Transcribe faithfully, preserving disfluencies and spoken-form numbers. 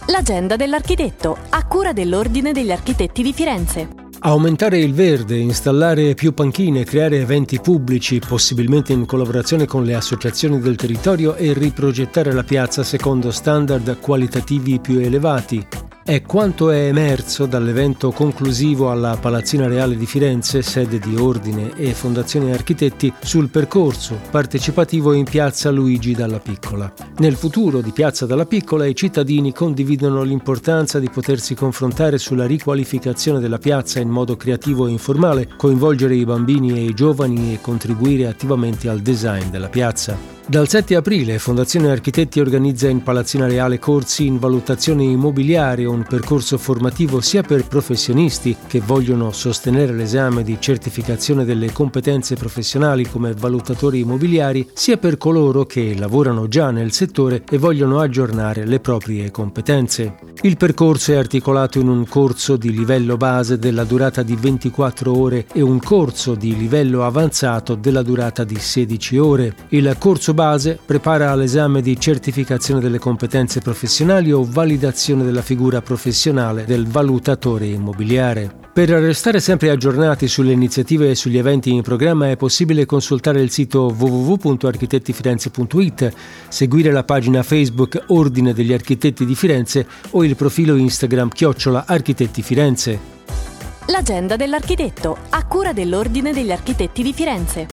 L'agenda dell'architetto, a cura dell'Ordine degli Architetti di Firenze. Aumentare il verde, installare più panchine, creare eventi pubblici, possibilmente in collaborazione con le associazioni del territorio, e riprogettare la piazza secondo standard qualitativi più elevati. È quanto è emerso dall'evento conclusivo alla Palazzina Reale di Firenze, sede di Ordine e Fondazione Architetti, sul percorso partecipativo in Piazza Luigi Dalla Piccola. Nel futuro di Piazza Dalla Piccola i cittadini condividono l'importanza di potersi confrontare sulla riqualificazione della piazza in modo creativo e informale, coinvolgere i bambini e i giovani e contribuire attivamente al design della piazza. Dal sette aprile Fondazione Architetti organizza in Palazzina Reale corsi in valutazione immobiliare, un percorso formativo sia per professionisti che vogliono sostenere l'esame di certificazione delle competenze professionali come valutatori immobiliari, sia per coloro che lavorano già nel settore e vogliono aggiornare le proprie competenze. Il percorso è articolato in un corso di livello base della durata di ventiquattro ore e un corso di livello avanzato della durata di sedici ore. Il corso base prepara all'esame di certificazione delle competenze professionali o validazione della figura professionale del valutatore immobiliare. Per restare sempre aggiornati sulle iniziative e sugli eventi in programma è possibile consultare il sito w w w punto architettifirenze punto i t, seguire la pagina Facebook Ordine degli Architetti di Firenze o il profilo Instagram chiocciola Architetti Firenze. L'agenda dell'architetto, a cura dell'Ordine degli Architetti di Firenze.